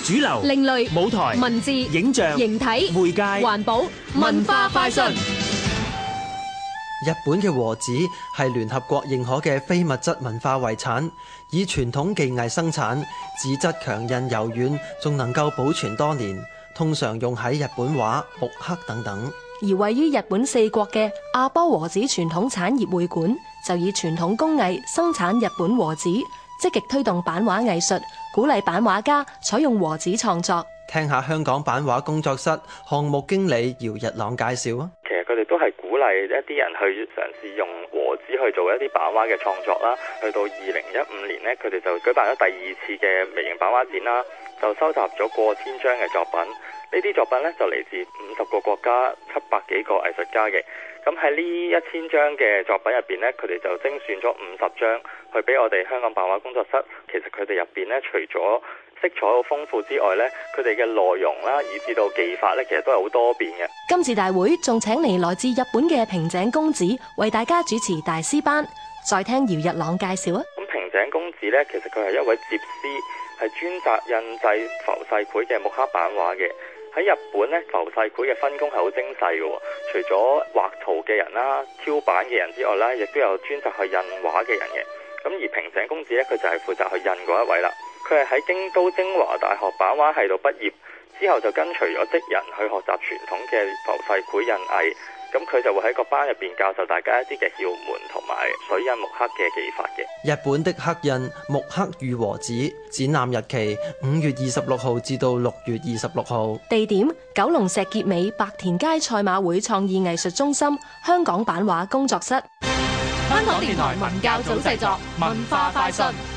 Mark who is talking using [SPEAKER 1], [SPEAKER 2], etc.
[SPEAKER 1] 主流、
[SPEAKER 2] 另類
[SPEAKER 1] 舞台、
[SPEAKER 2] 文字、
[SPEAKER 1] 影像、
[SPEAKER 2] 形體、
[SPEAKER 1] 媒介、
[SPEAKER 2] 環保、文化快訊。
[SPEAKER 3] 日本嘅和紙係聯合國認可嘅非物質文化遺產，以傳統技藝生產，紙質強韌柔軟，仲能夠保存多年。通常用喺日本畫、木刻等等。
[SPEAKER 4] 而位於日本四國嘅阿波和紙傳統產業會館，就以傳統工藝生產日本和紙，積極推動版畫藝術，鼓勵版畫家採用和紙創作。
[SPEAKER 3] 聽下香港版畫工作室項目經理姚日朗介紹啊。
[SPEAKER 5] 其實佢哋都係鼓勵一啲人去嘗試用和紙去做一啲版畫嘅創作啦。去到2015年呢，佢哋就舉辦咗第2次嘅微型版畫展啦，就收集咗過千張嘅作品。呢啲作品呢，就嚟自50個國家、700幾個藝術家嘅。咁喺呢1000張嘅作品入邊呢，佢哋就精選咗50張去俾我哋香港版畫工作室。其實佢哋入邊呢，除咗色彩好豐富之外呢，佢哋嘅內容啦，以至到技法呢，其實都係好多變嘅。
[SPEAKER 4] 今次大會仲請嚟來自日本嘅平井公子為大家主持大師班。再聽姚日朗介紹啊。
[SPEAKER 5] 咁平井公子呢，其實佢係一位摺師，係專責印製浮世繪嘅木刻版畫嘅。喺日本咧，浮世繪嘅分工係好精細嘅，除咗畫圖嘅人啦、挑版嘅人之外啦，亦都有專責去印畫嘅人嘅。咁而平井公子咧，佢就係負責去印嗰一位啦。佢係喺京都精華大學版畫系度畢業，之後就跟隨咗職人去學習傳統嘅浮世繪印藝。咁佢就會喺個班入邊教授大家一啲嘅竅門同埋水印木刻嘅技法嘅。
[SPEAKER 3] 日本的刻印、木刻與和紙展覽日期5月26號至到6月26號。
[SPEAKER 4] 地點：九龍石硤尾白田街賽馬會創意藝術中心香港版畫工作室。
[SPEAKER 2] 香港電台文教組製作，文化快訊。